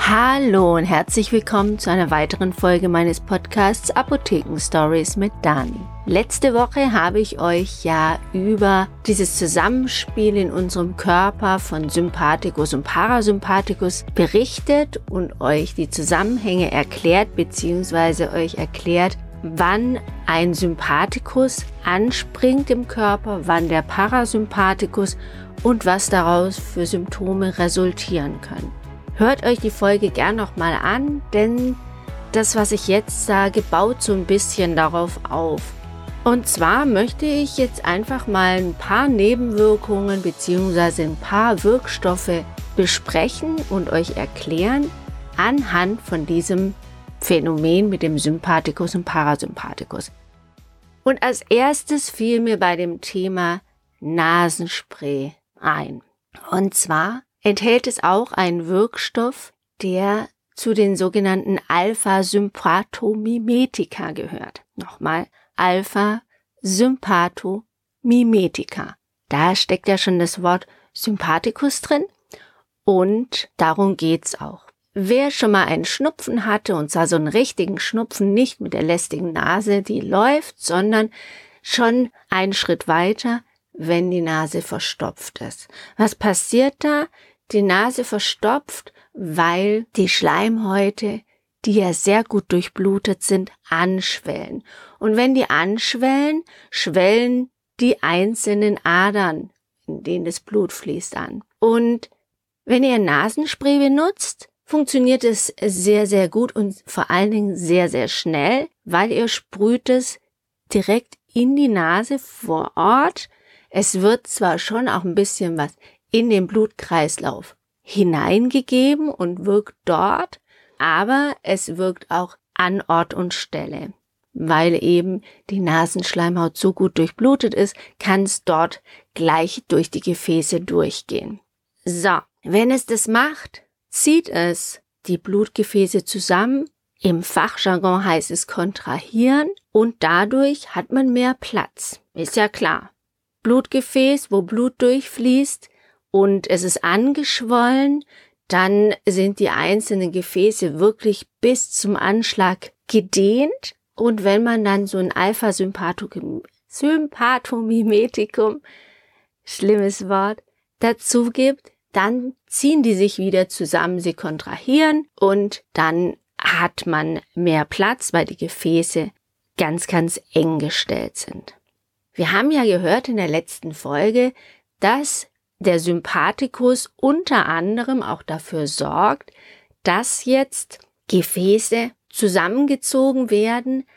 Hallo und herzlich willkommen zu einer weiteren Folge meines Podcasts Apotheken Stories mit Dani. Letzte Woche habe ich euch ja über dieses Zusammenspiel in unserem Körper von Sympathikus und Parasympathikus berichtet und euch die Zusammenhänge erklärt bzw. euch erklärt, wann ein Sympathikus anspringt im Körper, wann der Parasympathikus und was daraus für Symptome resultieren können. Hört euch die Folge gern nochmal an, denn das, was ich jetzt sage, baut so ein bisschen darauf auf. Und zwar möchte ich jetzt einfach mal ein paar Nebenwirkungen bzw. ein paar Wirkstoffe besprechen und euch erklären anhand von diesem Phänomen mit dem Sympathikus und Parasympathikus. Und als erstes fiel mir bei dem Thema Nasenspray ein. Und zwar enthält es auch einen Wirkstoff, der zu den sogenannten Alpha-Sympathomimitika gehört. Nochmal, Alpha-Sympathomimitika. Da steckt ja schon das Wort Sympathikus drin und darum geht's auch. Wer schon mal einen Schnupfen hatte, und zwar so einen richtigen Schnupfen, nicht mit der lästigen Nase, die läuft, sondern schon einen Schritt weiter, wenn die Nase verstopft ist. Was passiert da? Die Nase verstopft, weil die Schleimhäute, die ja sehr gut durchblutet sind, anschwellen. Und wenn die anschwellen, schwellen die einzelnen Adern, in denen das Blut fließt, an. Und wenn ihr Nasenspray benutzt, funktioniert es sehr, sehr gut und vor allen Dingen sehr, sehr schnell, weil ihr sprüht es direkt in die Nase vor Ort. Es wird zwar schon auch ein bisschen was in den Blutkreislauf hineingegeben und wirkt dort, aber es wirkt auch an Ort und Stelle. Weil eben die Nasenschleimhaut so gut durchblutet ist, kann es dort gleich durch die Gefäße durchgehen. So, wenn es das macht, zieht es die Blutgefäße zusammen, im Fachjargon heißt es kontrahieren und dadurch hat man mehr Platz. Ist ja klar. Blutgefäß, wo Blut durchfließt, und es ist angeschwollen, dann sind die einzelnen Gefäße wirklich bis zum Anschlag gedehnt. Und wenn man dann so ein Alpha-Sympathomimetikum, schlimmes Wort, dazu gibt, dann ziehen die sich wieder zusammen, sie kontrahieren und dann hat man mehr Platz, weil die Gefäße ganz, ganz eng gestellt sind. Wir haben ja gehört in der letzten Folge, dass der Sympathikus unter anderem auch dafür sorgt, dass jetzt Gefäße zusammengezogen werden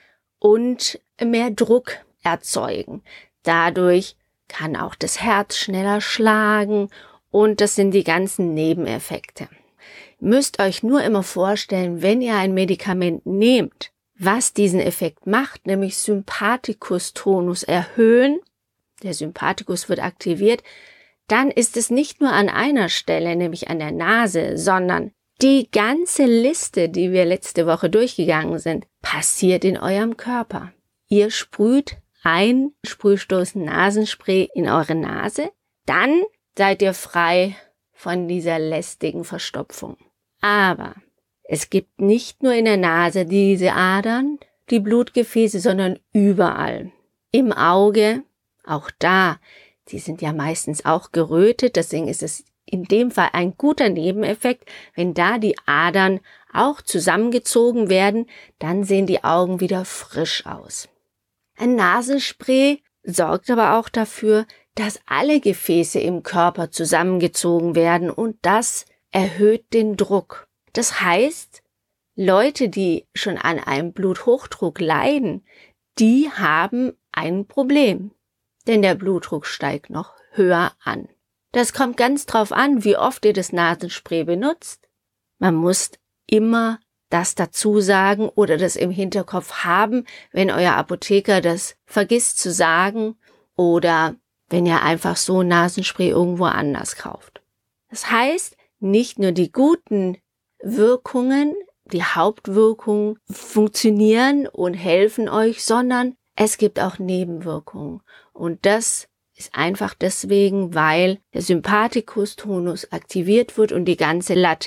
und mehr Druck erzeugen. Dadurch kann auch das Herz schneller schlagen und das sind die ganzen Nebeneffekte. Ihr müsst euch nur immer vorstellen, wenn ihr ein Medikament nehmt, was diesen Effekt macht, nämlich Sympathikus-Tonus erhöhen, der Sympathikus wird aktiviert, dann ist es nicht nur an einer Stelle, nämlich an der Nase, sondern die ganze Liste, die wir letzte Woche durchgegangen sind, passiert in eurem Körper. Ihr sprüht ein Sprühstoß Nasenspray in eure Nase, dann seid ihr frei von dieser lästigen Verstopfung. Aber es gibt nicht nur in der Nase diese Adern, die Blutgefäße, sondern überall. Im Auge, auch da. Die sind ja meistens auch gerötet, deswegen ist es in dem Fall ein guter Nebeneffekt. Wenn da die Adern auch zusammengezogen werden, dann sehen die Augen wieder frisch aus. Ein Nasenspray sorgt aber auch dafür, dass alle Gefäße im Körper zusammengezogen werden und das erhöht den Druck. Das heißt, Leute, die schon an einem Bluthochdruck leiden, die haben ein Problem. Denn der Blutdruck steigt noch höher an. Das kommt ganz drauf an, wie oft ihr das Nasenspray benutzt. Man muss immer das dazu sagen oder das im Hinterkopf haben, wenn euer Apotheker das vergisst zu sagen oder wenn ihr einfach so Nasenspray irgendwo anders kauft. Das heißt, nicht nur die guten Wirkungen, die Hauptwirkungen funktionieren und helfen euch, sondern es gibt auch Nebenwirkungen. Und das ist einfach deswegen, weil der Sympathikus-Tonus aktiviert wird und die ganze Latte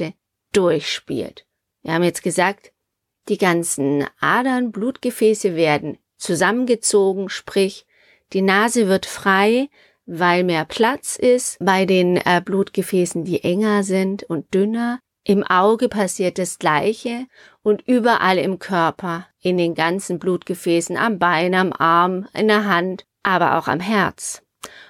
durchspielt. Wir haben jetzt gesagt, die ganzen Adern, Blutgefäße werden zusammengezogen, sprich, die Nase wird frei, weil mehr Platz ist bei den Blutgefäßen, die enger sind und dünner. Im Auge passiert das Gleiche und überall im Körper, in den ganzen Blutgefäßen, am Bein, am Arm, in der Hand, aber auch am Herz.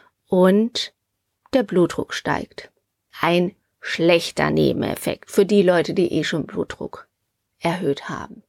Und der Blutdruck steigt. Ein schlechter Nebeneffekt für die Leute, die eh schon Blutdruck erhöht haben.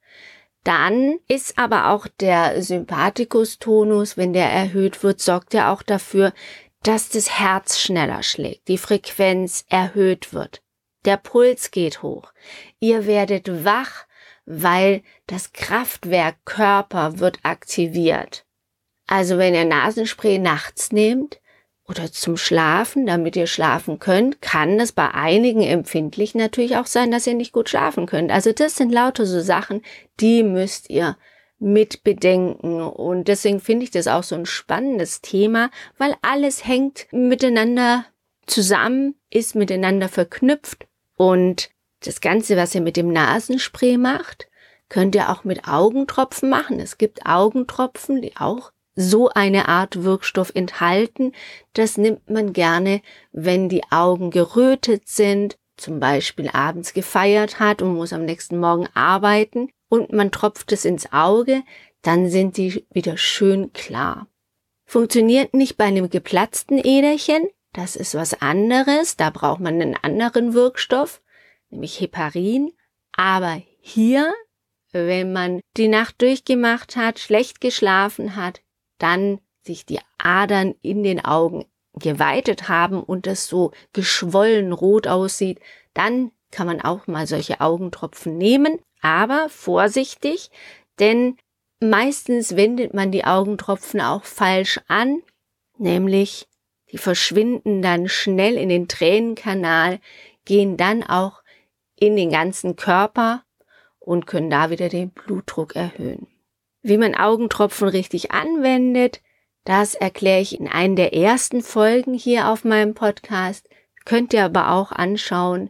Dann ist aber auch der Sympathikus-Tonus, wenn der erhöht wird, sorgt er auch dafür, dass das Herz schneller schlägt, die Frequenz erhöht wird. Der Puls geht hoch. Ihr werdet wach, weil das Kraftwerk Körper wird aktiviert. Also wenn ihr Nasenspray nachts nehmt oder zum Schlafen, damit ihr schlafen könnt, kann es bei einigen empfindlich natürlich auch sein, dass ihr nicht gut schlafen könnt. Also das sind lauter so Sachen, die müsst ihr mit bedenken. Und deswegen finde ich das auch so ein spannendes Thema, weil alles hängt miteinander zusammen, ist miteinander verknüpft. Und das Ganze, was ihr mit dem Nasenspray macht, könnt ihr auch mit Augentropfen machen. Es gibt Augentropfen, die auch so eine Art Wirkstoff enthalten. Das nimmt man gerne, wenn die Augen gerötet sind, zum Beispiel abends gefeiert hat und muss am nächsten Morgen arbeiten und man tropft es ins Auge, dann sind die wieder schön klar. Funktioniert nicht bei einem geplatzten Äderchen, das ist was anderes, da braucht man einen anderen Wirkstoff, nämlich Heparin, aber hier, wenn man die Nacht durchgemacht hat, schlecht geschlafen hat, dann sich die Adern in den Augen geweitet haben und das so geschwollen rot aussieht, dann kann man auch mal solche Augentropfen nehmen, aber vorsichtig, denn meistens wendet man die Augentropfen auch falsch an, nämlich die verschwinden dann schnell in den Tränenkanal, gehen dann auch in den ganzen Körper und können da wieder den Blutdruck erhöhen. Wie man Augentropfen richtig anwendet, das erkläre ich in einer der ersten Folgen hier auf meinem Podcast. Könnt ihr aber auch anschauen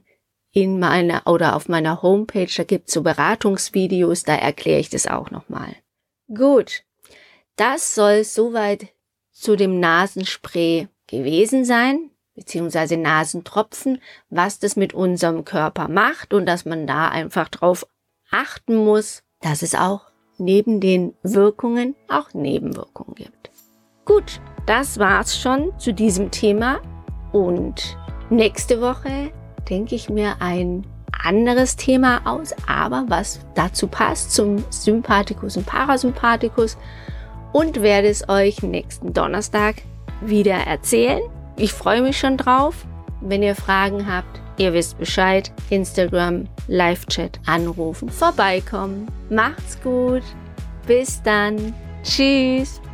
auf meiner Homepage, da gibt es so Beratungsvideos, da erkläre ich das auch nochmal. Gut, das soll soweit zu dem Nasenspray gewesen sein, beziehungsweise Nasentropfen, was das mit unserem Körper macht und dass man da einfach drauf achten muss, dass es auch neben den Wirkungen auch Nebenwirkungen gibt. Gut, das war's schon zu diesem Thema und nächste Woche denke ich mir ein anderes Thema aus, aber was dazu passt zum Sympathikus und Parasympathikus und werde es euch nächsten Donnerstag wieder erzählen. Ich freue mich schon drauf. Wenn ihr Fragen habt, ihr wisst Bescheid, Instagram, Live-Chat, anrufen, vorbeikommen. Macht's gut. Bis dann. Tschüss.